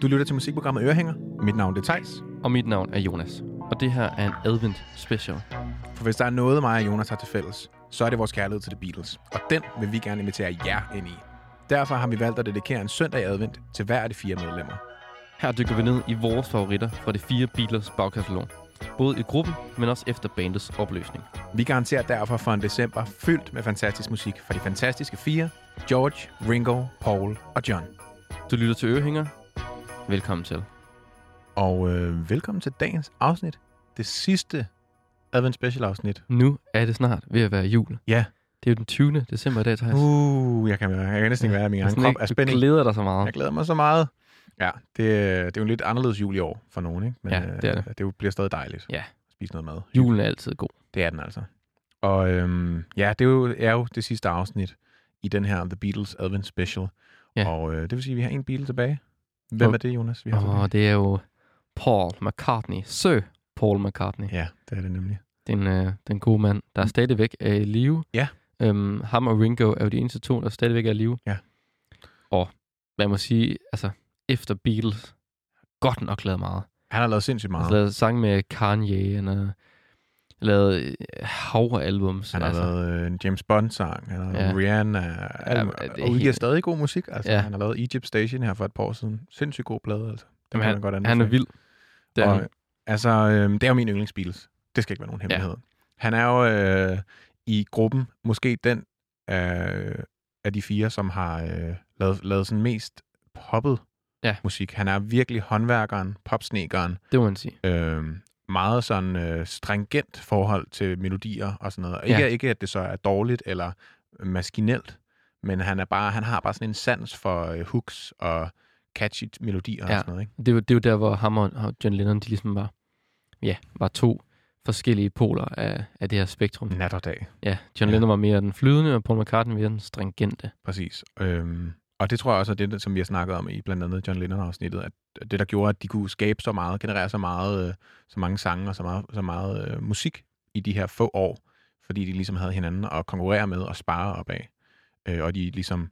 Du lytter til musikprogrammet Ørehænger. Mit navn er Theis. Og mit navn er Jonas. Og det her er en Advent special. For hvis der er noget, mig og Jonas har til fælles, så er det vores kærlighed til The Beatles. Og den vil vi gerne invitere jer ind i. Derfor har vi valgt at dedikere en søndag i advent til hver af de 4 medlemmer. Her dykker vi ned i vores favoritter fra de 4 Beatles bagkatalog. Både i gruppen, men også efter bandets opløsning. Vi garanterer derfor for en december fyldt med fantastisk musik fra de fantastiske 4, George, Ringo, Paul og John. Du lytter til Ørehænger. Velkommen til. Og velkommen til dagens afsnit. Det sidste Advent Special afsnit. Nu er det snart ved at være jul. Ja. Det er jo den 20. december i dag, Theis. Jeg kan næsten ikke være min egen krop af spænding. Du glæder dig så meget. Jeg glæder mig så meget. Ja, det er jo en lidt anderledes jul i år for nogen, ikke? Men ja, det er det. Det bliver stadig dejligt. Ja. At spise noget mad. Julen er altid god. Det er den altså. Og det er jo det sidste afsnit i den her The Beatles Advent Special. Ja. Og det vil sige, at vi har en Beatle tilbage. Hvem er det, Jonas? Det er jo Paul McCartney. Sir Paul McCartney. Ja, det er det nemlig. Den gode mand, der stadigvæk er i live. Ja. Ham og Ringo er jo de eneste to, der stadigvæk er i live. Ja. Og man må sige, altså efter Beatles, godt nok lavet meget. Han har lavet sindssygt meget. Han har lavet sang med Kanye, han har lavet havre-albums. Han har lavet en James Bond-sang, han har lavet Rihanna, og udgiver stadig god musik. Altså, han har lavet Egypt Station her for et par år siden. Sindssygt god plade, altså. Han er vild. Det er jo min yndlingsbeatles. Det skal ikke være nogen hemmelighed. Ja. Han er jo i gruppen måske den af de 4, som har lavet sådan mest poppet musik. Han er virkelig håndværkeren, popsnekeren. Det må man sige. Meget sådan stringent forhold til melodier og sådan noget. Ikke at det så er dårligt eller maskinelt, men han har bare sådan en sans for hooks og catchy melodier og sådan noget. Ikke? Det er jo der, hvor ham og John Lennon, de ligesom var 2 forskellige poler af det her spektrum. Nat og dag. Ja, John Lennon var mere den flydende, og Paul McCartney mere den stringente. Præcis. Og det tror jeg også er det, som vi har snakket om i blandt andet John Lennon-afsnittet, at det, der gjorde, at de kunne skabe så meget, generere så mange sange og så meget musik i de her få år, fordi de ligesom havde hinanden at konkurrere med og spare op af. Og de ligesom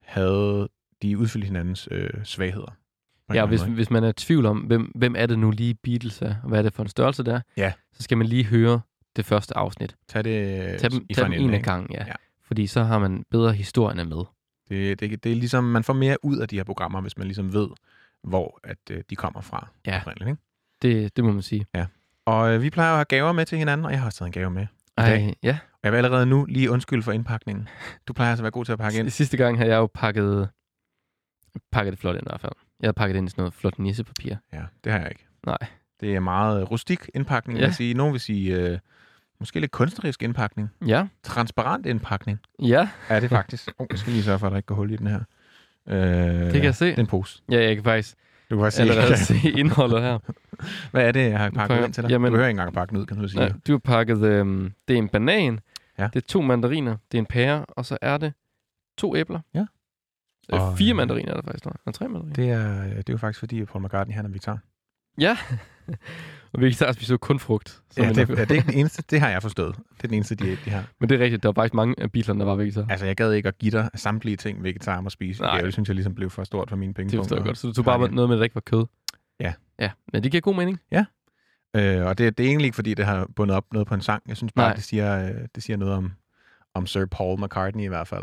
de udfyldte hinandens svagheder. Ja, hvis man er i tvivl om, hvem er det nu lige Beatles er, og hvad er det for en størrelse der, så skal man lige høre det første afsnit. Tag dem en af gangen, ja. Fordi så har man bedre historierne med. Det er ligesom, man får mere ud af de her programmer, hvis man ligesom ved, hvor de kommer fra. Ja, ikke? Det må man sige. Ja. Og vi plejer at have gaver med til hinanden, og jeg har også taget en gave med i dag. Ja. Og jeg vil allerede nu lige undskylde for indpakningen. Du plejer altså at være god til at pakke ind. Sidste gang har jeg jo pakket det flot ind i hvert fald. Jeg havde pakket ind i sådan noget flot nissepapir. Ja, det har jeg ikke. Nej. Det er meget rustik indpakning, vil jeg sige. Nogen vil sige... Måske lidt kunstnerisk indpakning. Ja. Transparent indpakning. Ja. Er det faktisk. Jeg skal lige sørge for, at der ikke går hul i den her. Det kan jeg se. Det er en pose. Ja, jeg kan faktisk allerede se indholdet her. Hvad er det, jeg har pakket ind til dig? Jamen, du behøver ikke engang at pakke den ud, kan du sige. Nej, du har pakket, det er en banan, det er 2 mandariner, det er en pære, og så er det 2 æbler. Ja. 4 mandariner er der faktisk. Og 3 mandariner. Det er jo faktisk fordi, Paul McCartney, han er vegetar. Ja. Og vegetar spiser kun frugt. Ja, det er ikke den eneste. Det har jeg forstået. Det er den eneste diæt, de har. Men det er rigtigt. Der var faktisk mange af Beatlerne, der var vegetar. Altså, jeg gad ikke at give dig samtlige ting, vegetar må spise. Det synes jeg ligesom blev for stort for mine penge. Det forstår jeg godt. Så du tog bare noget med, der ikke var kød. Ja. Ja, men det giver god mening. Ja. Og det er egentlig ikke, fordi det har bundet op noget på en sang. Jeg synes bare, det siger noget om Sir Paul McCartney i hvert fald.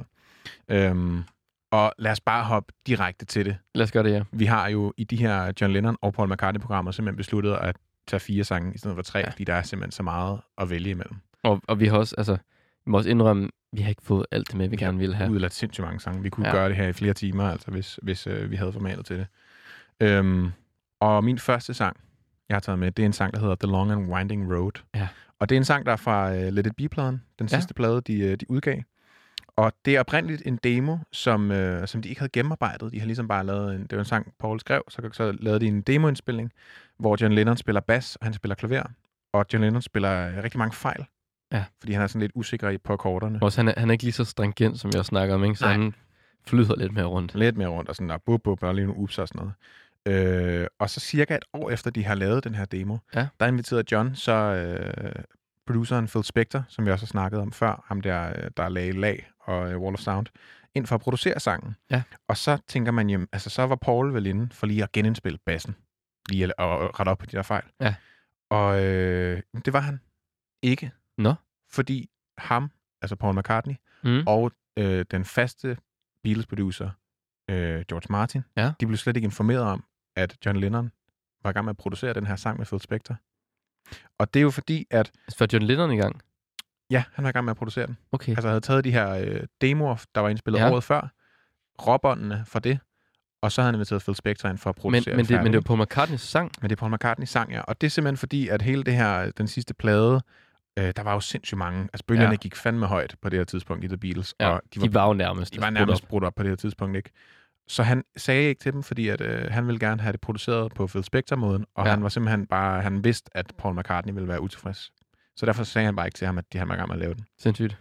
Og lad os bare hoppe direkte til det. Lad os gøre det, ja. Vi har jo i de her John Lennon og Paul McCartney-programmer simpelthen besluttet at tage 4 sange i stedet for 3, fordi der er simpelthen så meget at vælge imellem. Og vi har også, vi må også indrømme, vi har ikke fået alt det med, vi gerne ville have. Vi har udladt sindssygt mange sange. Vi kunne gøre det her i flere timer, altså hvis vi havde formatet til det. Og min første sang, jeg har taget med, det er en sang, der hedder The Long and Winding Road. Ja. Og det er en sang, der er fra Let It Be-pladen, den sidste plade, de udgav. Og det er oprindeligt en demo, som de ikke havde gennemarbejdet. De har ligesom bare lavet det var en sang, Paul skrev, så lavede de en demoindspilning, hvor John Lennon spiller bas, og han spiller klaver. Og John Lennon spiller rigtig mange fejl, fordi han er sådan lidt usikker på akkorderne. Også han er ikke lige så stringent, som jeg snakker om, ikke? Så han flyder lidt mere rundt. Lidt mere rundt, og sådan der bub, og lige nu ups og sådan noget. Og så cirka et år efter, de har lavet den her demo, der inviterede John så produceren Phil Spector, som vi også har snakket om før, ham der lagde Lag og Wall of Sound, ind for at producere sangen. Ja. Og så tænker man jo, altså så var Paul vel inde for lige at genindspille bassen, lige at rette op på de der fejl. Ja. Og det var han ikke. Nå. Fordi ham, altså Paul McCartney, og den faste Beatles-producer, George Martin, de blev slet ikke informeret om, at John Lennon var i gang med at producere den her sang med Phil Spector. Og det er jo fordi, at... Var John Lennon i gang? Ja, han var i gang med at producere den. Okay. Altså, havde taget de her demoer, der var indspillet året før, råbåndene for det, og så havde han inviteret Phil Spector ind for at producere men det var Paul McCartneys sang? Men det er Paul McCartneys sang, ja. Og det er simpelthen fordi, at hele det her, den sidste plade, der var jo sindssygt mange... Altså, bølgerne gik fandme højt på det her tidspunkt i The Beatles. Ja, og de var jo nærmest... De var nærmest brudt op på det her tidspunkt, ikke? Så han sagde ikke til dem, fordi at, han ville gerne have det produceret på Phil Spector-måden, og han var simpelthen bare... Han vidste, at Paul McCartney ville være utilfreds. Så derfor sagde han bare ikke til ham, at han var i gang med at lave den. Sindssygt.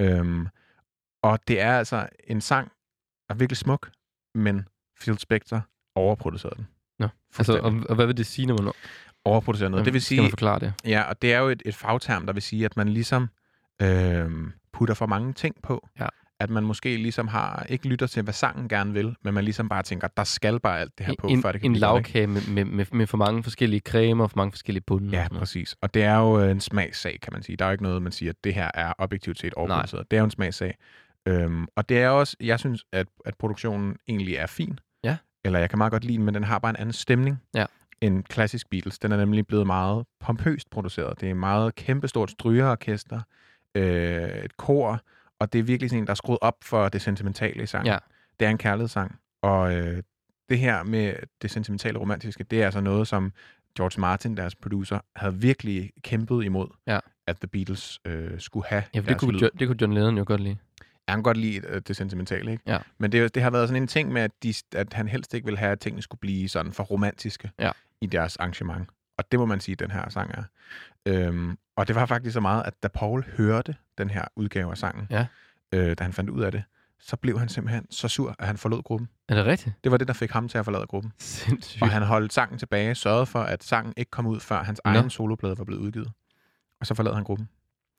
Og det er altså en sang, der er virkelig smuk, men Phil Spector overproducerede den. Nå, altså, og hvad vil det sige, når man overproducerer noget? Det vil sige, skal man forklare det? Ja, og det er jo et fagterm, der vil sige, at man ligesom putter for mange ting på. Ja. At man måske ligesom ikke lytter til, hvad sangen gerne vil, men man ligesom bare tænker, der skal bare alt det her på, før det kan blive en lavkage med for mange forskellige cremer og for mange forskellige bunde. Ja, præcis. Og det er jo en smagssag, kan man sige. Der er jo ikke noget, man siger, at det her er objektivt set overproduceret. Det er jo en smagssag. Og det er også, jeg synes, at produktionen egentlig er fin. Ja. Eller jeg kan meget godt lide den, men den har bare en anden stemning end klassisk Beatles. Den er nemlig blevet meget pompøst produceret. Det er meget kæmpestort strygeorkester, et kor, og det er virkelig sådan en, der er skruet op for det sentimentale i sangen. Ja. Det er en kærlighedssang. Og det her med det sentimentale romantiske, det er altså noget, som George Martin, deres producer, havde virkelig kæmpet imod, at The Beatles skulle have. Ja, det kunne John Lennon jo godt lide. Ja, han kan godt lide det sentimentale, ikke? Ja. Men det har været sådan en ting med, at han helst ikke ville have, at tingene skulle blive sådan for romantiske i deres arrangement. Og det må man sige, den her sang er. Og det var faktisk så meget, at da Paul hørte den her udgave af sangen, da han fandt ud af det, så blev han simpelthen så sur, at han forlod gruppen. Er det rigtigt? Det var det, der fik ham til at forlade gruppen. Sindssygt. Og han holdt sangen tilbage, sørgede for, at sangen ikke kom ud, før hans egen soloplade var blevet udgivet. Og så forlod han gruppen.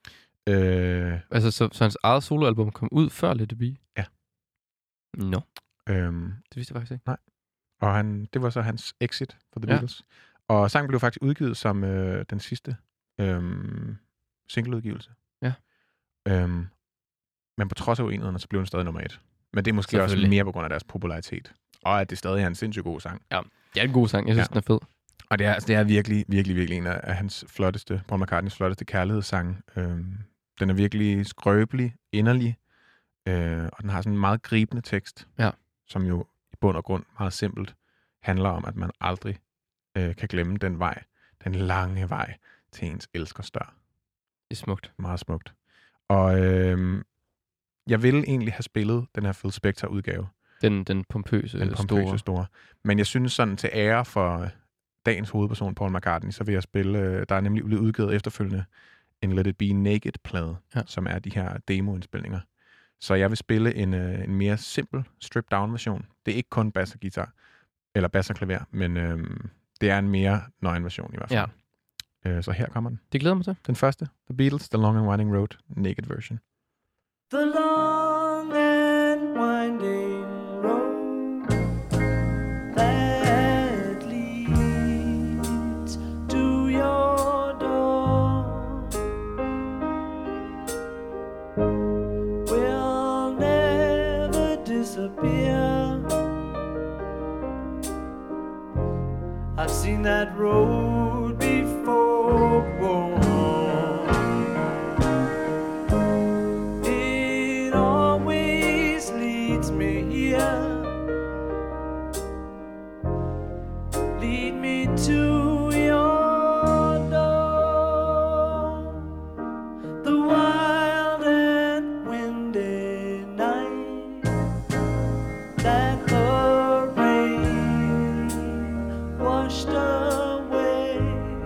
Altså, så hans eget soloalbum kom ud før Let It Be? Ja. Nå. Det vidste jeg faktisk ikke. Nej. Og det var så hans exit for The Beatles. Og sangen blev faktisk udgivet som den sidste singleudgivelse. Ja. Men på trods af uenighederne, så blev den stadig nummer 1. Men det er måske også mere på grund af deres popularitet. Og at det stadig er en sindssygt god sang. Ja, det er en god sang. Jeg synes, den er fed. Og det er virkelig, virkelig, virkelig en af hans flotteste, Paul McCartneys flotteste kærlighedssange. Den er virkelig skrøbelig, inderlig, og den har sådan en meget gribende tekst, som jo i bund og grund meget simpelt handler om, at man aldrig kan glemme den vej, den lange vej til ens elskers dør. Det er smukt. Meget smukt. Og jeg ville egentlig have spillet den her Phil Spector-udgave. Den pompøse store. Men jeg synes sådan til ære for dagens hovedperson, Paul McCartney, så vil jeg spille, der er nemlig blevet udgivet efterfølgende en Let It Be Naked-plade, som er de her demo-indspilninger. Så jeg vil spille en mere simpel stripped-down-version. Det er ikke kun bass og guitar, eller bass og klaver, men det er en mere nøgen version i hvert fald. Ja. Så her kommer den. Det glæder mig til. Den første, The Beatles, The Long and Winding Road, Naked version. The long and winding road that leads to your door will never disappear. I've seen that road before. It always leads me here. Lead me to your door. The wild and windy night that the rain washed away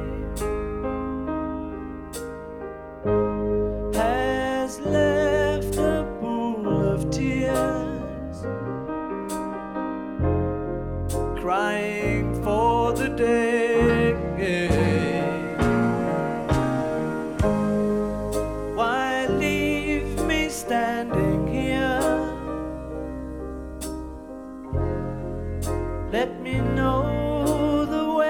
has left a pool of tears, crying for the day. Why leave me standing here know the way.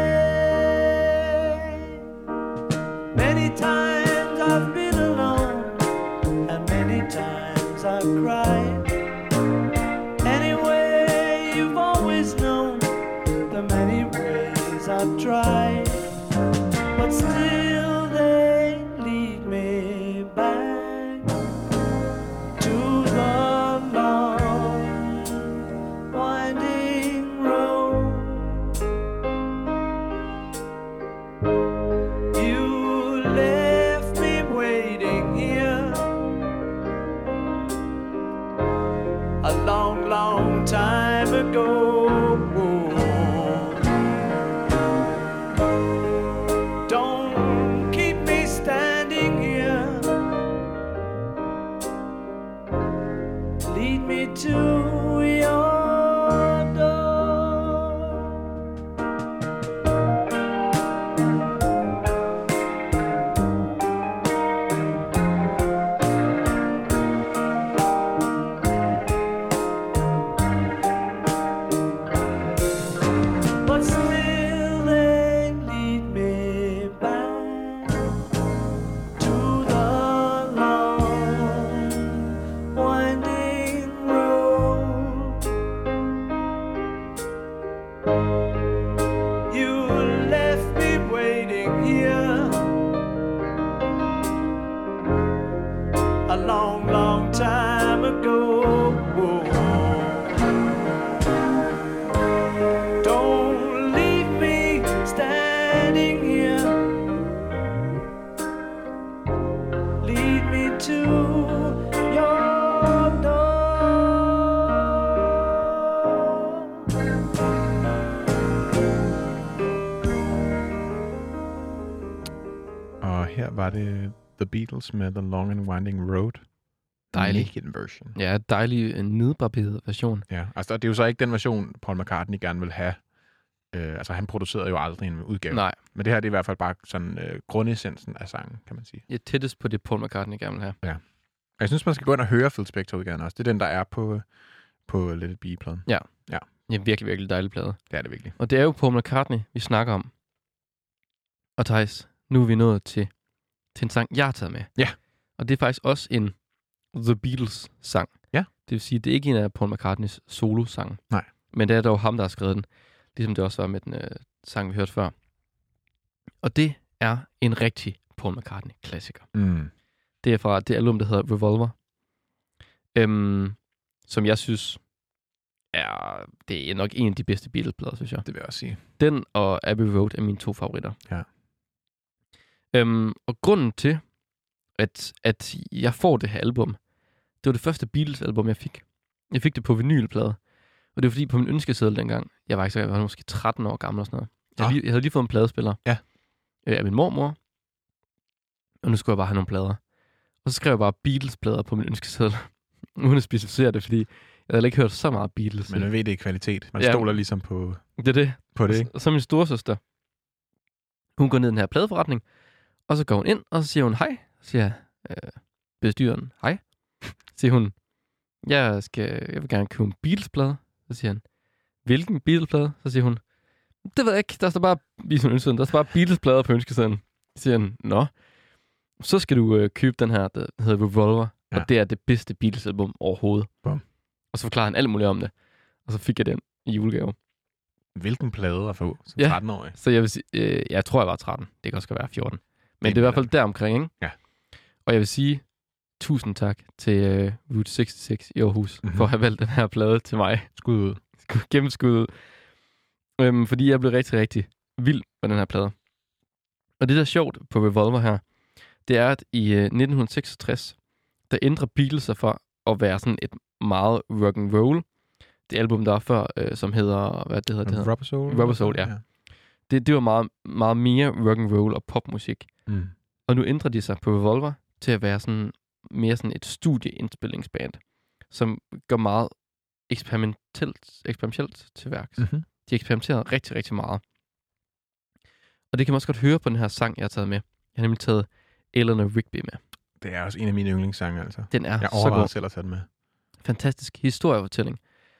Many times I've been alone, and many times I've cried. Anyway, you've always known the many ways I've tried, but still they lead me back to the long winding road. You left me waiting here a long, long time ago. Don't keep me standing here. Lead me to your door. But still they lead me back to the long winding road. You left me waiting here a long, long time ago. Don't leave me standing here. Lead me to your door. Og her var det The Beatles med The Long and Winding Road. Dejlig. Naked version. Ja, dejlig nedbarberet version. Ja, altså det er jo så ikke den version, Paul McCartney gerne vil have. Altså han producerede jo aldrig en udgave. Nej. Men det her det er i hvert fald bare sådan grundessensen af sangen, kan man sige. Ja, tættest på det Paul McCartney gerne vil have. Ja. Og jeg synes, man skal gå ind og høre Phil Spector-udgaven også. Det er den, der er på Let It Be-pladen. Ja. Ja. Ja, virkelig, virkelig dejlig plade. Det er det virkelig. Og det er jo Paul McCartney, vi snakker om. Og Theis, nu er vi nået til en sang, jeg har taget med. Ja. Og det er faktisk også en The Beatles-sang. Ja. Det vil sige, det er ikke en af Paul McCartneys solo-sange. Nej. Men det er dog ham, der har skrevet den. Ligesom det også var med den sang, vi hørte før. Og det er en rigtig Paul McCartney-klassiker. Mm. Det er fra det album, der hedder Revolver. Som jeg synes det er nok en af de bedste Beatles-plader, synes jeg. Det vil jeg også sige. Den og Abbey Road er mine 2 favoritter. Ja. Og grunden til, at jeg får det her album, det var det første Beatles-album, jeg fik. Jeg fik det på vinylplade. Og det var fordi på min ønskeseddel dengang, jeg var måske 13 år gammel og sådan noget. Jeg havde lige fået en pladespiller af min mormor. Og nu skulle jeg bare have nogle plader. Og så skrev jeg bare Beatles-plader på min ønskeseddel. Uden at specificere det, fordi jeg havde ikke hørt så meget Beatles. Men man ved, det er kvalitet. Man stoler ligesom på det. På det, ikke? Og så min storesøster, hun går ned i den her pladeforretning, og så går hun ind, og så siger hun hej. Så siger bestyreren hej. Så siger hun, jeg vil gerne købe en Beatles-plade. Så siger han, hvilken Beatles-plade? Så siger hun, det ved jeg ikke. Der står bare Beatles-plader på ønskesedlen. Så siger han, nå. Så skal du købe den her, der hedder Revolver. Ja. Og det er det bedste Beatles-album overhovedet. Bum. Og så forklarer han alt muligt om det. Og så fik jeg den i julegave. Hvilken plade at få som 13-årig? Så jeg vil sige, jeg tror, jeg var 13. Det kan også være 14. Men det er i hvert fald deromkring, ikke? Ja. Og jeg vil sige, tusind tak til Route 66 i Aarhus, for at have valgt den her plade til mig. Skud ud. Gennemskud ud. Fordi jeg blev rigtig, rigtig vild med den her plade. Og det, der er sjovt på Revolver her, det er, at i 1966, der ændrer Beatles sig fra at være sådan et meget rock and roll. Det album, der er før, som hedder, hvad det hedder? Rubber Soul? Rubber Soul, ja. Det var meget, meget mere rock and roll og popmusik. Mm. Og nu ændrer de sig på Revolver til at være sådan mere sådan et studieindspillingsband, som går meget eksperimentelt til værks. Mm-hmm. De eksperimenterer rigtig, rigtig meget. Og det kan man også godt høre på den her sang, jeg har taget med. Jeg har nemlig taget Eleanor Rigby med. Det er også en af mine yndlingssange, altså. Den er jeg så god. selv at tage den med. Fantastisk historiefortælling.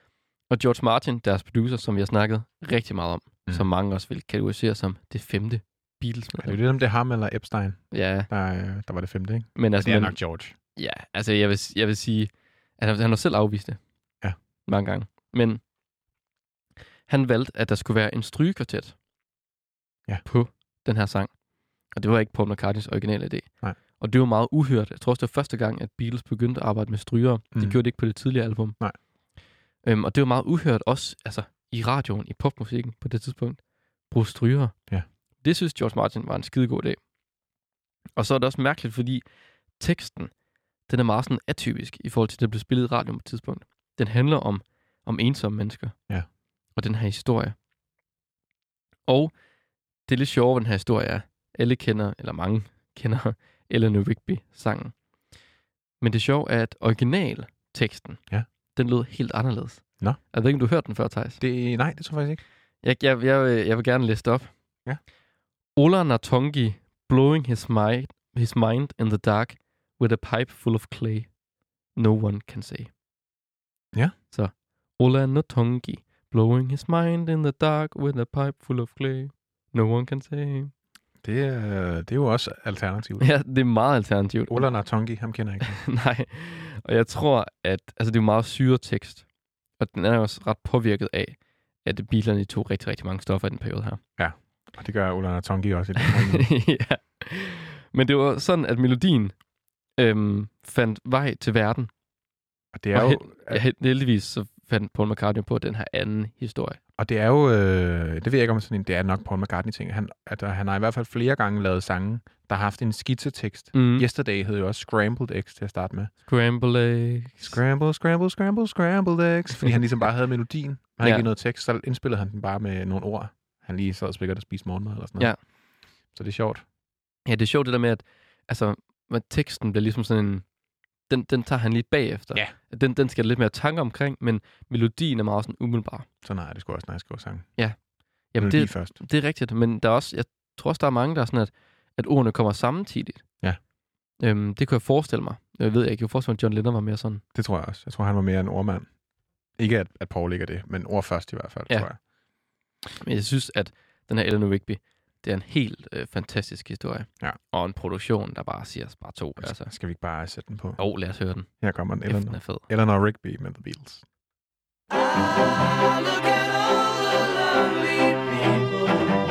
Og George Martin, deres producer, som vi har snakket rigtig meget om, som mange også vil kategorisere som det 5. Beatles-medlem. Er det lidt om det er ham eller Epstein, Ja. der var det 5., ikke? Men altså, det er nok George. Ja, altså jeg vil sige, at han har selv afvist det. Ja. Mange gange. Men han valgte, at der skulle være en strygekvartet på den her sang. Og det var ikke Paul McCartneys originale idé. Nej. Og det var meget uhørt. Jeg tror også, det var første gang, at Beatles begyndte at arbejde med strygere. De gjorde det ikke på det tidligere album. Nej. Og det var meget uhørt også altså, i radioen, i popmusikken på det tidspunkt. Bruge strygere. Ja. Det synes George Martin var en skidegod idé. Og så er det også mærkeligt, fordi teksten, den er meget sådan atypisk i forhold til, at det blev spillet i radioen på et tidspunkt. Den handler om ensomme mennesker. Ja. Og den her historie. Og det er lidt sjovt, hvad den her historie er. Alle kender, eller mange kender, Eleanor Rigby-sangen. Men det sjove er, at originalteksten, den lød helt anderledes. Nå. Jeg ved ikke, om du har hørt den før, Theis? Nej, det tror jeg faktisk ikke. Jeg vil gerne læse det op. Ja. Ola Natongi blowing his mind in the dark with a pipe full of clay. No one can say. Ja. Så Ola Natongi blowing his mind in the dark with a pipe full of clay. No one can say. Det er jo også alternativt. Ja, det er meget alternativt. Ola Natongi, ham kender jeg ikke. Nej, og jeg tror, at altså, det er jo meget syret tekst. Og den er også ret påvirket af, at Beatlerne tog rigtig, rigtig mange stoffer i den periode her. Ja, og det gør Ola Natongi også i den ja. Men det var sådan, at melodien fandt vej til verden. Og det er jo... Heldigvis så fandt Paul McCartney på den her anden historie. Og det er jo... det ved jeg ikke om sådan en... Det er nok Paul McCartney-ting. Han har i hvert fald flere gange lavet sange, der har haft en skitsetekst. Yesterday hed jo også Scrambled Eggs til at starte med. Scrambled Eggs. Scramble, scramble, scramble, scrambled eggs. Fordi han ligesom bare havde melodien. Han havde ikke noget tekst, så indspillede han den bare med nogle ord. Han lige sad og spillede og spiste morgenmad eller sådan noget. Ja. Så det er sjovt. Ja, det er sjovt det der med, at altså, teksten bliver ligesom sådan en... Den tager han lige bagefter. Ja. Den skal der lidt mere tanke omkring, men melodien er meget sådan umiddelbar. Så nej, det skulle også, når jeg skriver sang. Ja. Jamen, det er rigtigt, men der er også, jeg tror også, der er mange, der er sådan, at ordene kommer samtidigt. Ja. Det kan jeg forestille mig. Jeg ved ikke, jeg kan forestille mig, at John Lennon var mere sådan. Det tror jeg også. Jeg tror, han var mere en ordmand. Ikke, at Paul ikke er det, men ord først i hvert fald, tror jeg. Men jeg synes, at den her Eleanor Rigby, det er en helt fantastisk historie. Ja. Og en produktion, der bare siger bare to. Altså. Skal vi ikke bare sætte den på? Jo, lad os høre den. Her kommer den. Den er fed. Eleanor Rigby med The Beatles. Look at all the lovely people.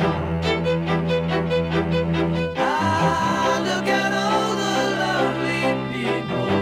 Look at all the lovely people.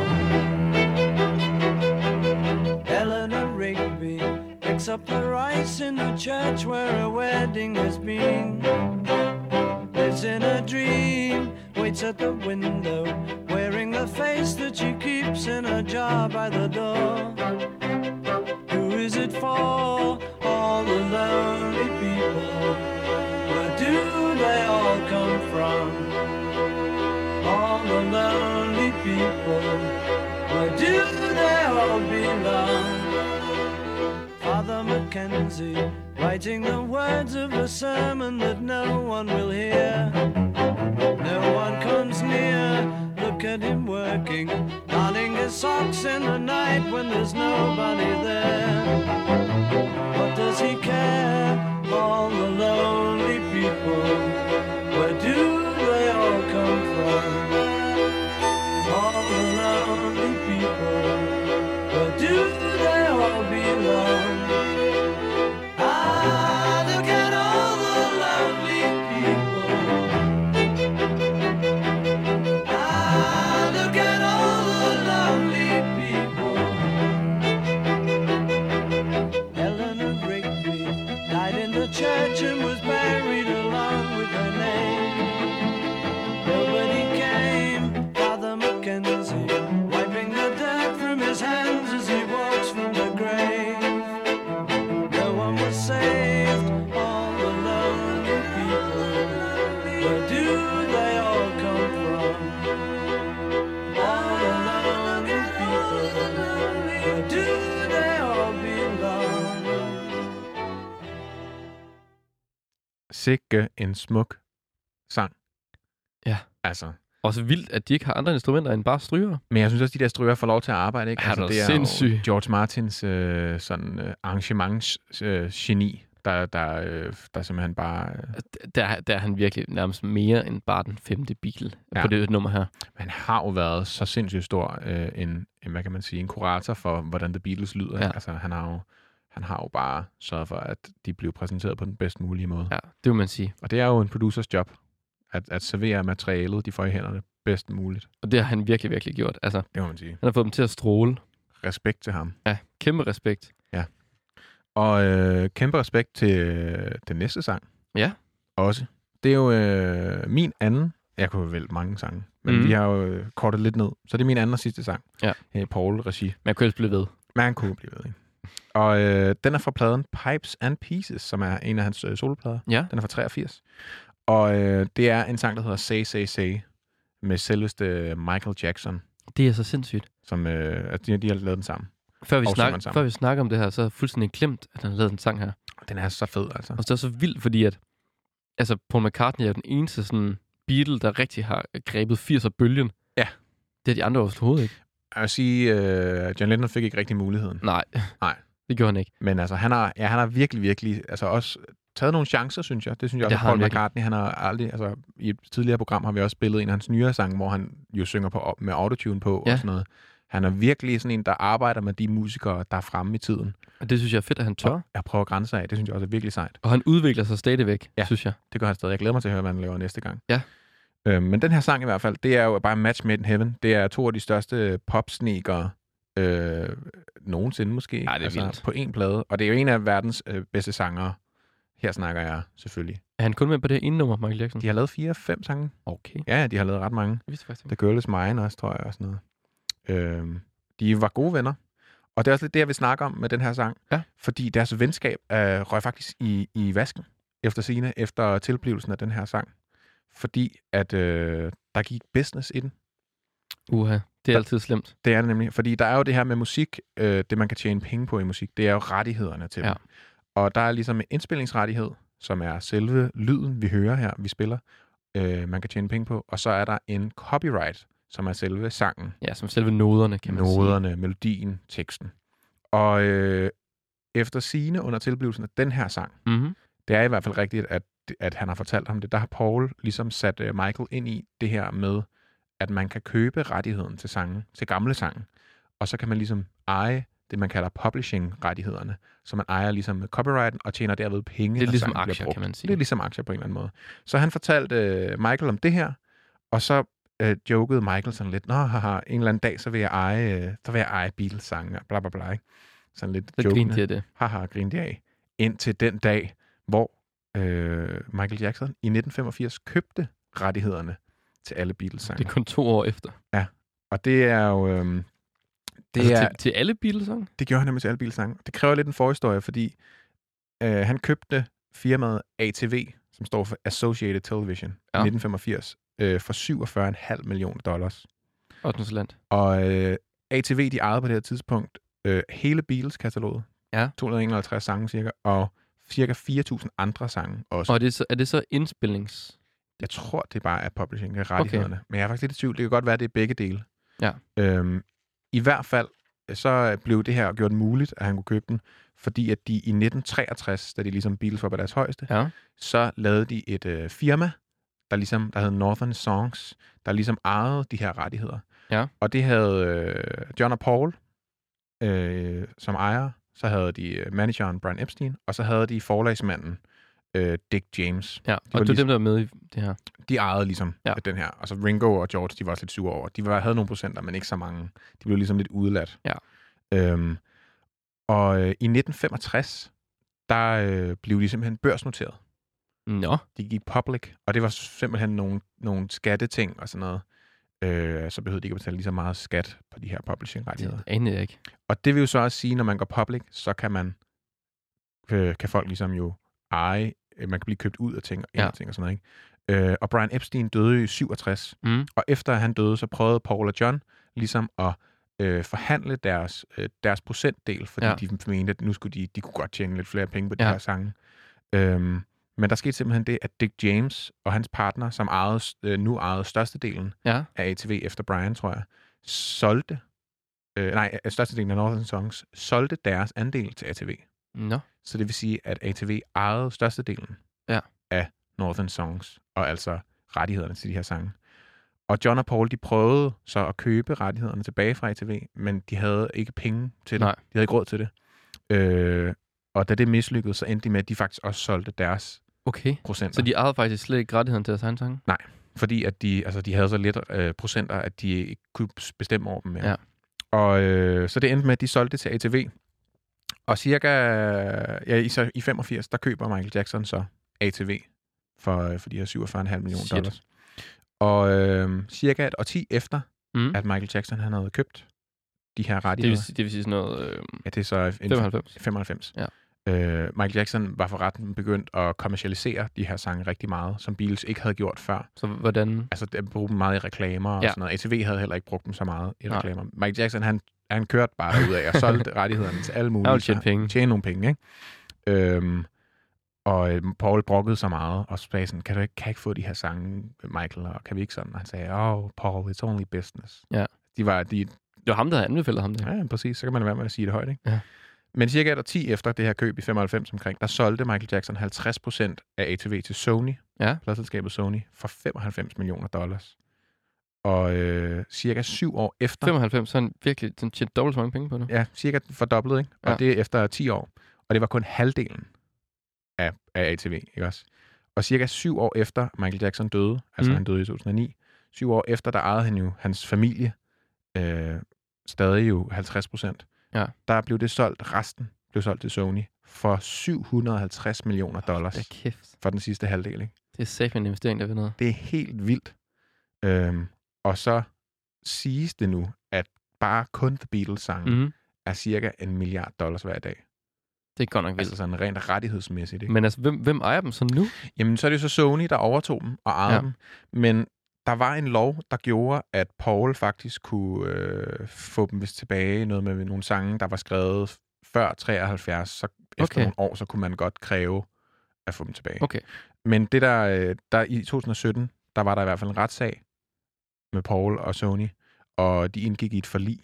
Eleanor Rigby picks up the rice in the church where a wedding has been. Lives in a dream, waits at the window, wearing the face that she keeps in a jar by the door. Who is it for? All the lonely people. Where do they all come from? All the lonely people. Where do they all belong? Father Mackenzie, writing the words of a sermon that no one will hear. No one comes near. Look at him working, darning his socks in the night when there's nobody there. What does he care? All the lonely people. Where do they all come from? All the lonely people. Where do they all belong? Look at all the lovely people. Look at all the lovely people. Eleanor Rigby died in the church and was buried along with her name. Nobody came. Father Mackenzie wiping the dirt from his hands as he walks from the grave. No one was saved. All the lonely people. Where do they all come from? All the lonely people. Where do they all belong? Sikke en smuk sang. Ja. Altså, Også vildt, at de ikke har andre instrumenter end bare stryger. Men jeg synes også, de der stryger får lov til at arbejde, ikke? Ja, det er sindssygt. jo George Martins arrangementsgeni, der simpelthen bare... Der er han virkelig nærmest mere end bare den 5. Beatle på det nummer her. Han har jo været så sindssygt stor hvad kan man sige, en kurator for, hvordan The Beatles lyder. Ja. Altså, han har jo bare sørget for, at de blev præsenteret på den bedst mulige måde. Ja, det vil man sige. Og det er jo en producers job, at servere materialet, de får i hænderne bedst muligt. Og det har han virkelig, virkelig gjort. Altså, det må man sige. Han har fået dem til at stråle. Respekt til ham. Ja, kæmpe respekt. Ja. Og kæmpe respekt til den næste sang. Ja. Også. Det er jo min anden. Jeg kunne vælge mange sange, men vi har jo kortet lidt ned. Så det er min anden og sidste sang. Ja. Paul-regi. Man kunne blive ved. Man kunne blive ved, ikke? Og den er fra pladen Pipes and Pieces, som er en af hans soloplader. Ja. Den er fra 83. Og det er en sang, der hedder Say, Say, Say, med selveste Michael Jackson. Det er så sindssygt. Som de har lavet den sammen. Før vi snakker om det her, så er jeg fuldstændig glemt, at han har lavet den sang her. Den er så fed, altså. Og det er så vildt, fordi at Paul McCartney er den eneste sådan Beatle, der rigtig har grebet 80'er-bølgen. Ja. Det er de andre overhovedet ikke. Jeg vil sige, John Lennon fik ikke rigtig muligheden. Nej, det gjorde han ikke. Men altså, han har virkelig, virkelig altså også taget nogle chancer, synes jeg. Det synes jeg også, Paul McCartney, han har aldrig, altså i et tidligere program har vi også spillet en af hans nyere sange, hvor han jo synger med autotune på og sådan noget. Han er virkelig sådan en, der arbejder med de musikere, der er fremme i tiden. Og det synes jeg er fedt, at han tør. Jeg prøver grænser af. Det synes jeg også er virkelig sejt. Og han udvikler sig stadigvæk, synes jeg. Det gør han stadig. Jeg glæder mig til at høre, hvad han laver næste gang. Ja. Men den her sang i hvert fald, det er jo bare Match Made in Heaven. Det er 2 af de største popsnekere nogensinde måske. Ja, det er vildt. På en plade. Og det er jo en af verdens bedste sangere. Her snakker jeg selvfølgelig. Er han kun med på det ene nummer, Michael Jackson? De har lavet 4-5 sange. Okay. Ja, de har lavet ret mange. Jeg vidste faktisk ikke. The Girl Is Mine også, tror jeg, og sådan noget. De var gode venner. Og det er også lidt det, jeg vil snakke om med den her sang. Ja. Fordi deres venskab røg faktisk i vasken efter tilblivelsen af den her sang. Fordi at der gik business i den. Det er altid slemt. Det er det nemlig. Fordi der er jo det her med musik, det man kan tjene penge på i musik, det er jo rettighederne til dem. Og der er ligesom en indspillingsrettighed, som er selve lyden, vi hører her, vi spiller, man kan tjene penge på. Og så er der en copyright, som er selve sangen. Ja, som selve noderne, kan man sige. Noderne, melodien, teksten. Og efter sigende under tilblivelsen af den her sang, det er i hvert fald rigtigt, at han har fortalt ham det. Der har Paul ligesom sat Michael ind i det her med, at man kan købe rettigheden til sangen, til gamle sange. Og så kan man ligesom eje det, man kalder publishing-rettighederne. Så man ejer ligesom copyrighten og tjener derved penge. Det er ligesom aktier, kan man sige. Det er ligesom aktier på en eller anden måde. Så han fortalte Michael om det her, og så jokede Michael sådan lidt, haha, en eller anden dag, så vil jeg eje Beatles-sange, bla bla bla, ikke? Sådan lidt jokende. Så grinte jeg det. Haha, grinte jeg af. Indtil den dag, hvor Michael Jackson i 1985 købte rettighederne til alle Beatles-sange. Det er kun 2 år efter. Ja, og det er jo... til alle Beatles-sange? Det gjorde han nemlig til alle Beatles-sange. Det kræver lidt en forhistorie, fordi han købte firmaet ATV, som står for Associated Television, i 1985, for $47,5 million. Og ATV, de ejede på det her tidspunkt hele Beatles-kataloget. Ja. 251 sange cirka, og cirka 4.000 andre sange også. Og er det så indspilnings... Jeg tror, det bare er publishing-rettighederne. Okay. Men jeg er faktisk lidt i tvivl. Det kan godt være, det er begge dele. Ja. I hvert fald, så blev det her gjort muligt, at han kunne købe den, fordi at de i 1963, da de ligesom Beatles var på deres højeste, så lavede de et firma, der hed Northern Songs, der ligesom ejede de her rettigheder. Ja. Og det havde John og Paul som ejer, så havde de manageren Brian Epstein, og så havde de forlagsmanden Dick James. Ja, og det er dem, der er med i det her. De ejede ligesom den her. Og så Ringo og George, de var også lidt sure over. De havde nogle procenter, men ikke så mange. De blev ligesom lidt udeladt. Ja. Og i 1965, der blev de simpelthen børsnoteret. Nå. De gik public, og det var simpelthen nogle skatteting og sådan noget. Så behøvede de ikke at betale lige så meget skat på de her publishing-rettigheder. Det aner jeg ikke. Og det vil jo så også sige, når man går public, så kan folk ligesom jo eje, man kan blive købt ud af ting og ting og sådan noget, ikke? Og Brian Epstein døde i 67, og efter han døde, så prøvede Paul og John ligesom at forhandle deres procentdel, fordi de mente, at nu skulle de kunne godt tjene lidt flere penge på de her sange. Men der skete simpelthen det, at Dick James og hans partner, som nu ejede størstedelen af ATV efter Brian, tror jeg, størstedelen af Northern Songs, solgte deres andel til ATV. No. Så det vil sige, at ATV ejede størstedelen af Northern Songs, og altså rettighederne til de her sange. Og John og Paul, de prøvede så at købe rettighederne tilbage fra ATV, men de havde ikke penge til det. Nej. De havde ikke råd til det. Og da det mislykkedes, så endte de med, at de faktisk også solgte deres procenter. Så de ejede faktisk slet ikke rettigheden til deres egen sang? Nej, fordi at de havde så lidt procenter, at de ikke kunne bestemme over dem mere. Ja. Og så det endte med, at de solgte det til ATV. Og cirka i 85, der køber Michael Jackson så ATV for de her $47,5 millioner. Og cirka et årti efter, at Michael Jackson han havde købt de her rettigheder. Det vil sige sådan noget... det er så 95. Ja. Michael Jackson var for retten begyndt at kommercialisere de her sange rigtig meget, som Beatles ikke havde gjort før. Så hvordan? Altså, at bruge dem meget i reklamer og sådan noget. ATV havde heller ikke brugt dem så meget i reklamer. Michael Jackson, han kørte bare ud af og solgte rettighederne til alle mulige. Tjene nogle penge, ikke? Og Paul brokkede så meget, og sagde sådan, kan jeg ikke få de her sange, Michael, og kan vi ikke sådan? Og han sagde, Paul, it's only business. Ja. Det var ham, der havde anbefalet ham det. Ja, præcis. Så kan man være med at sige det højt, ikke? Ja. Men cirka et årti efter det her køb i 95 omkring, der solgte Michael Jackson 50% af ATV til Sony, pladselskabet Sony, for $95 millioner. Og cirka 7 år efter... 95, så han virkelig tjente dobbelt så mange penge på det. Ja, cirka fordoblet, ikke? Og det er efter 10 år. Og det var kun halvdelen af ATV, ikke også? Og cirka 7 år efter Michael Jackson døde, altså han døde i 2009, 7 år efter, der ejede han jo hans familie stadig jo 50%. Ja. Der blev det solgt, resten blev solgt til Sony for $750 millioner for den sidste halvdel, ikke? Det er safe en investering, der ved noget. Det er helt vildt. Og så siges det nu, at bare kun The Beatles-sangen er cirka $1 milliard hver i dag. Det er godt nok vildt. Altså sådan rent rettighedsmæssigt, ikke? Men altså, hvem ejer dem så nu? Jamen, så er det jo så Sony, der overtog dem og ejede dem. Men der var en lov, der gjorde, at Paul faktisk kunne få dem vist tilbage. Noget med nogle sange, der var skrevet før 73. Så efter nogle år, så kunne man godt kræve at få dem tilbage. Okay. Men det der i 2017, der var der i hvert fald en retssag med Paul og Sony. Og de indgik i et forlig,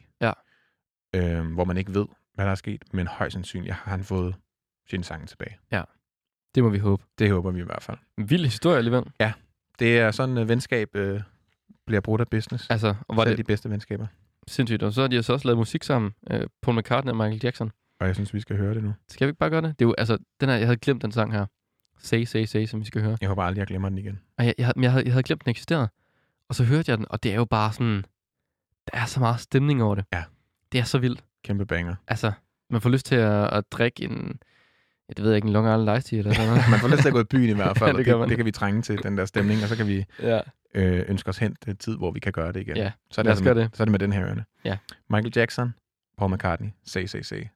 hvor man ikke ved, hvad der er sket. Men højst sandsynligt har han fået sine sange tilbage. Ja, det må vi håbe. Det håber vi i hvert fald. En vild historie alligevel. Ja. Det er sådan, at venskab bliver brudt af business. Altså, og var det de bedste venskaber. Sindssygt. Og så har de så også lavet musik sammen. Paul McCartney og Michael Jackson. Og jeg synes, vi skal høre det nu. Skal vi ikke bare gøre det? Det er jo, altså, jeg havde glemt den sang her. Say, Say, Say, som vi skal høre. Jeg håber aldrig, jeg glemmer den igen. Og jeg havde glemt, den eksisterede. Og så hørte jeg den, og det er jo bare sådan... Der er så meget stemning over det. Ja. Det er så vildt. Kæmpe banger. Altså, man får lyst til at drikke en... Jeg ved ikke, en Long Island Iced Tea eller sådan noget. Man får lyst til at gå i byen i hvert fald. Ja, det kan vi trænge til, den der stemning. Og så kan vi ønske os hen til tid, hvor vi kan gøre det igen. Ja, så er det med den her ørne. Ja. Michael Jackson, Paul McCartney, Say, Say, Say.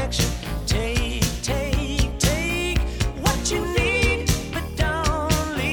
What you need, but don't leave.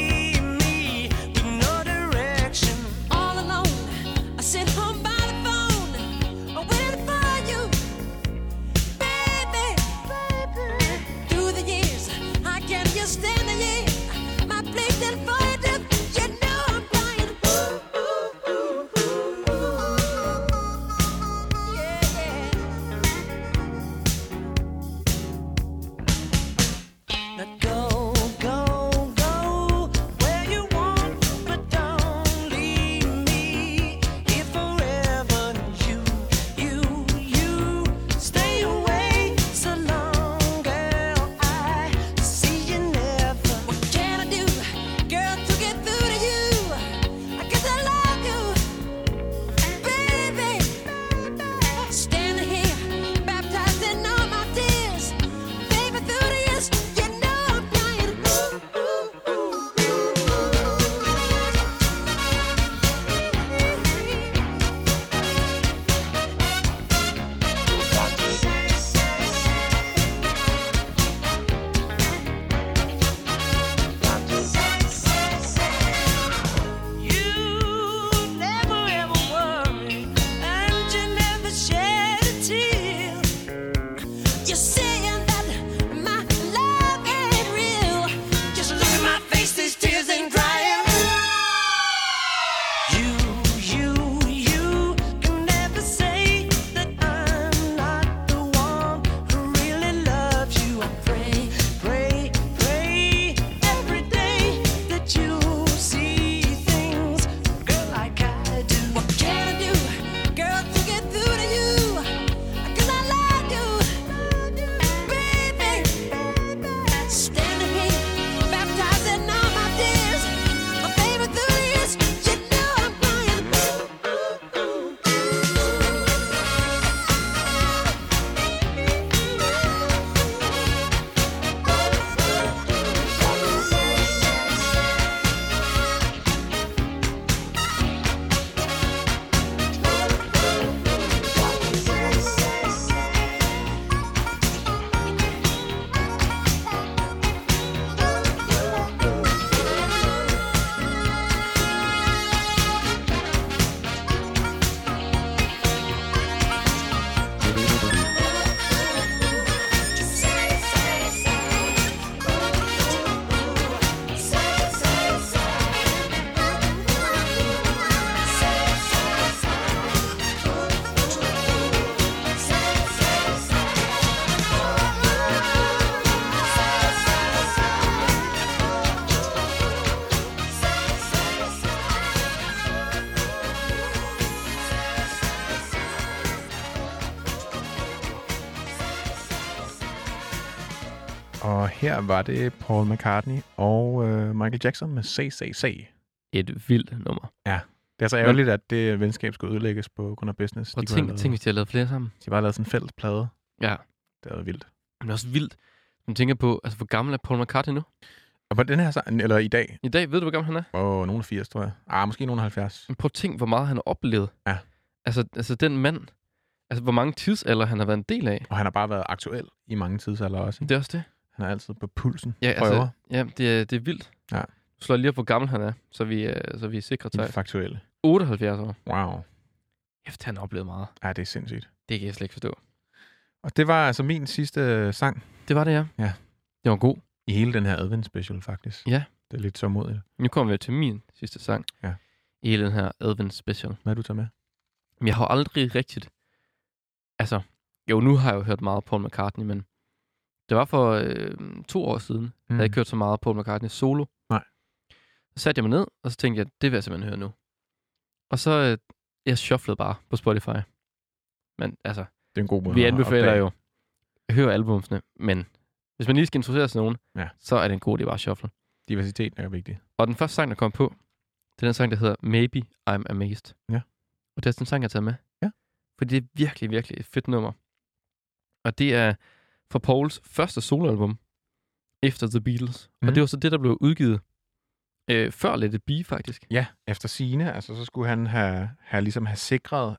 Og her var det Paul McCartney og Michael Jackson med CCC. Et vildt nummer. Ja, det er så ærgerligt, at det venskab skulle ødelægges på grund af business. Og tænk, hvis de har lavet flere sammen. De har bare lavet sådan en fælles plade. Ja. Det er vildt. Men også vildt, man tænker på, altså hvor gammel er Paul McCartney nu? Og på den her sang, eller i dag? I dag, ved du, hvor gammel han er? Nogen af 80, tror jeg. Måske nogen af 70. Men prøv at tænke, hvor meget han har oplevet. Ja. Altså den mand, altså hvor mange tidsalder han har været en del af. Og han har bare været aktuel i mange tidsalder også. Det er også det. Han er altid på pulsen. Ja, altså, det er vildt. Ja. Du slår lige op, hvor gammel han er, så vi er sikre til. Faktuelle. 78 år. Wow. Efter han har oplevet meget. Ja, det er sindssygt. Det kan jeg slet ikke forstå. Og det var altså min sidste sang. Det var det, ja. Ja. Det var god. I hele den her advent special, faktisk. Ja. Det er lidt så modigt. Nu kommer vi til min sidste sang. Ja. I hele den her advent special. Hvad har du taget med? Jeg har aldrig rigtigt... Altså, jo, nu har jeg jo hørt meget Paul McCartney, men det var for 2 år siden, da jeg ikke hørt så meget Paul McCartney solo. Nej. Så satte jeg mig ned, og så tænkte jeg, det vil jeg simpelthen høre nu. Og så, jeg shufflede bare på Spotify. Men altså, det er en god måde vi anbefaler jo at høre albumsene, men hvis man lige skal introducere sig nogen, så er det en god idé bare at shuffle. Diversiteten er vigtig. Og den første sang, der kom på, det er den sang, der hedder Maybe I'm Amazed. Ja. Og det er den sang, jeg har taget med. Ja. For det er virkelig, virkelig et fedt nummer. Og det er fra Pauls første soloalbum, efter The Beatles. Og det var så det, der blev udgivet før Let It Be, faktisk. Ja, efter sigende. Altså, så skulle han ligesom have sikret,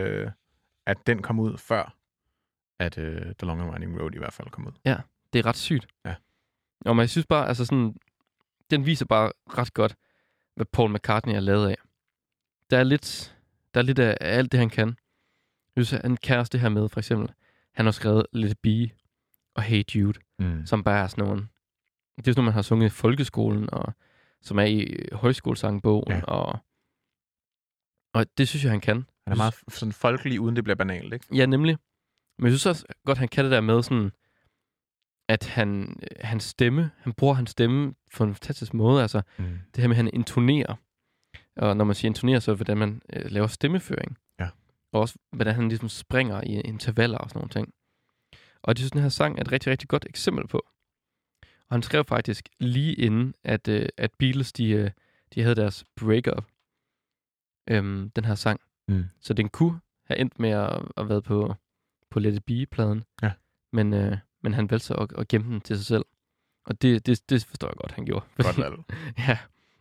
at den kom ud før, at The Long and Winding Road i hvert fald kom ud. Ja, det er ret sygt. Ja. Og jeg synes bare, altså sådan, den viser bare ret godt, hvad Paul McCartney er lavet af. Der er lidt af alt det, han kan. Jeg synes, han kan også det her med, for eksempel, han har skrevet Let It Be og Hey Jude, som bare er sådan nogle... Det er sådan noget, man har sunget i folkeskolen, og som er i højskolesangbogen, og det synes jeg, han kan. Han er meget sådan folkelig, uden det bliver banalt, ikke? Ja, nemlig. Men jeg synes også godt, han kan det der med sådan, at hans stemme, han bruger hans stemme på en fantastisk måde. Altså, det her med, at han intonerer. Og når man siger intonerer, så er det, hvordan man laver stemmeføring. Ja. Og også, hvordan han ligesom springer i intervaller og sådan nogle ting. Og det synes, den her sang er et rigtig, rigtig godt eksempel på. Og han skrev faktisk lige inden, at Beatles, de havde deres break-up, den her sang. Så den kunne have endt med at være på Let It Be-pladen. Ja. Men han valgte så at gemme den til sig selv. Og det forstår jeg godt, han gjorde. Godt valg. Ja.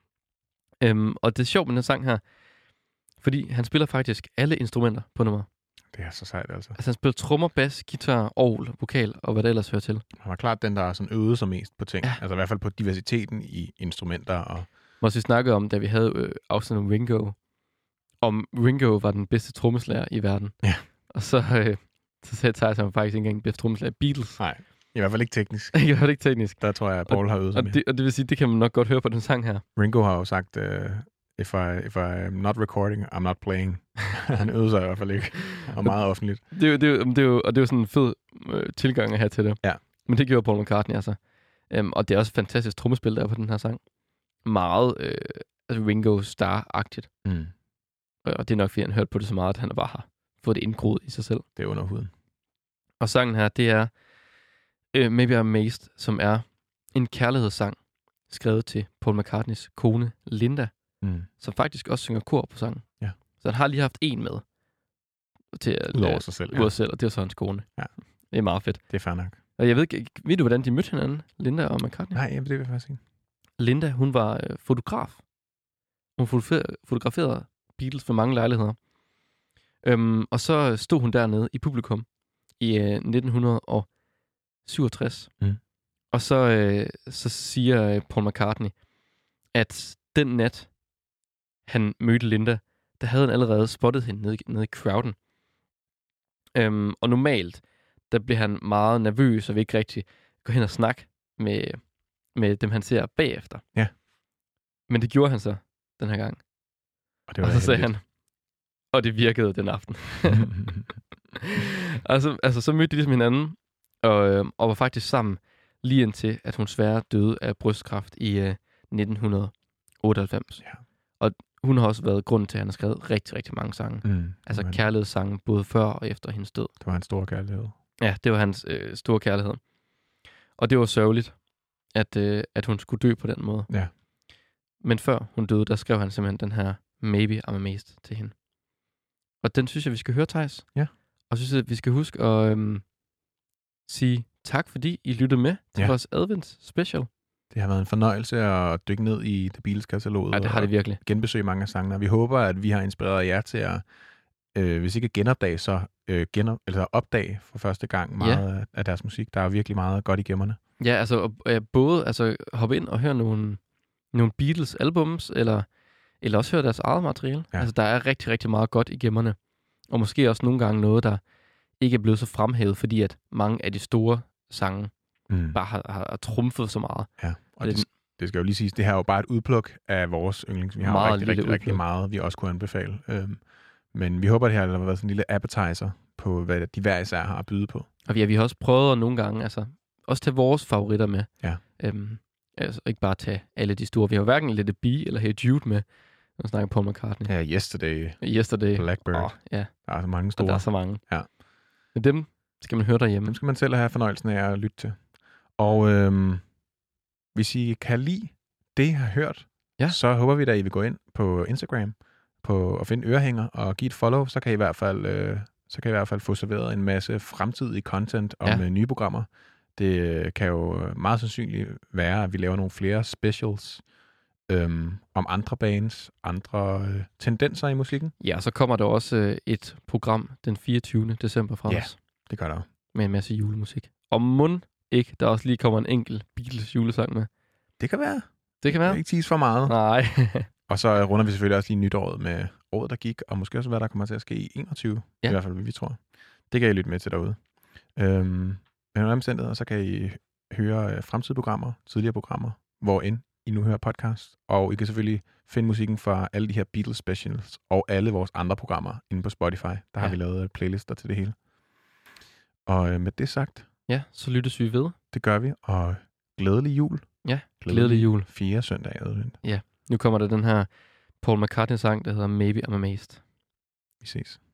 Og det er sjovt med den sang her, fordi han spiller faktisk alle instrumenter på nummer. Det er så sejt, altså. Altså han spiller trommer, bas, guitar, orgel, vokal og hvad det ellers hører til. Han var klart den, der er sådan øvede sig mest på ting. Ja. Altså i hvert fald på diversiteten i instrumenter. Og... Måske vi snakkede om, da vi havde afsnit om Ringo, om Ringo var den bedste trommeslager i verden. Ja. Og så sagde Thijs, han faktisk ikke engang den bedste trommeslager Beatles. Nej, i hvert fald ikke teknisk. I hvert fald ikke teknisk. Der tror jeg, at Paul har øvet sig med. Og det vil sige, det kan man nok godt høre på den sang her. Ringo har jo sagt, if I'm not recording, I'm not playing. Han øvede sig i hvert fald ikke. Og meget offentligt. Det er jo sådan en fed tilgang at have til det. Ja. Men det gjorde Paul McCartney altså. Og det er også fantastisk trommespil, der er på den her sang. Meget Ringo Starr-agtigt. Og det er nok, fordi han hørte på det så meget, at han bare har fået det indgroet i sig selv. Det er under huden. Og sangen her, det er Maybe I'm Amazed, som er en kærlighedssang, skrevet til Paul McCartneys kone, Linda, som faktisk også synger kor på sangen. Ja. Så han har lige haft en med. Udover sig selv. Udover sig selv, og det er så hans kone. Ja. Det er meget fedt. Det er fair nok. Og jeg ved du, hvordan de mødte hinanden, Linda og McCartney? Nej, det vil jeg faktisk ikke. Linda, hun var fotograf. Hun fotograferede Beatles for mange lejligheder. Og så stod hun dernede i publikum i 1967. Og så siger Paul McCartney, at den nat, han mødte Linda, der havde han allerede spottet hende nede i crowden. Og normalt, der blev han meget nervøs og vil ikke rigtig gå hen og snakke med dem, han ser bagefter. Ja. Men det gjorde han så den her gang. Og så sagde han, og det virkede den aften. altså, så mødte de ligesom hinanden, og var faktisk sammen lige indtil, at hun desværre døde af brystkræft i 1998. Ja. Og hun har også været grunden til, at han har skrevet rigtig, rigtig mange sange. Altså kærlighedssange, både før og efter hendes død. Det var hans store kærlighed. Ja, det var hans store kærlighed. Og det var sørgeligt, at hun skulle dø på den måde. Ja. Men før hun døde, der skrev han simpelthen den her Maybe I'm Amazed til hende. Og den synes jeg, vi skal høre, Theis. Ja. Og synes jeg, vi skal huske at sige tak, fordi I lyttede med til vores Advent Special. Det har været en fornøjelse at dykke ned i The Beatles-kataloget. Ja, det har det virkelig. Genbesøge mange af sangene. Vi håber, at vi har inspireret jer til at, hvis ikke genopdage, så opdage for første gang meget af deres musik. Der er virkelig meget godt i gemmerne. Ja, altså både hoppe ind og høre nogle Beatles-albums, eller også høre deres eget materiale. Ja. Altså, der er rigtig, rigtig meget godt i gemmerne. Og måske også nogle gange noget, der ikke er blevet så fremhævet, fordi at mange af de store sange bare har trumfet så meget. Ja, og det skal jo lige siges, det her er jo bare et udpluk af vores yndlings. Vi har rigtig meget, vi også kunne anbefale. Men vi håber, det her har været sådan en lille appetizer på, hvad de hver især har at byde på. Og vi har også prøvet nogle gange, altså også tage vores favoritter med. Ja. Altså ikke bare tage alle de store. Vi har hverken Let It Be eller Hey Jude med. Nu snakker Paul McCartney. Ja, Yesterday. Blackbird. Ja. Der er så mange store. Og der er så mange. Ja. Men dem skal man høre derhjemme. Dem skal man selv have fornøjelsen af at lytte til. Og hvis I kan lide det, I har hørt, så håber vi, at I vil gå ind på Instagram og finde ørehænger og give et follow, så kan I i hvert fald få serveret en masse fremtidig content om nye programmer. Det kan jo meget sandsynligt være, at vi laver nogle flere specials om andre bands, andre tendenser i musikken. Ja, så kommer der også et program den 24. december fra os. Ja, det gør der. Med en masse julemusik. Og mon ikke, der også lige kommer en enkelt Beatles julesang med. Det kan være. Det kan være. Det er ikke tease for meget. Nej. Og så runder vi selvfølgelig også lige nytåret med året, der gik, og måske også, hvad der kommer til at ske i 21. I hvert fald, vi tror. Det kan I lytte med til derude. Men under omstændigheder, så kan I høre fremtidige programmer, tidligere programmer, hvor I nu hører podcast, og I kan selvfølgelig finde musikken fra alle de her Beatles specials, og alle vores andre programmer inde på Spotify. Der har vi lavet playlister til det hele. Og med det sagt, så lyttes vi ved. Det gør vi, og glædelig jul. Ja, glædelig jul. 4. søndag advent. Ja, nu kommer der den her Paul McCartney-sang, der hedder Maybe I'm Amazed. Vi ses.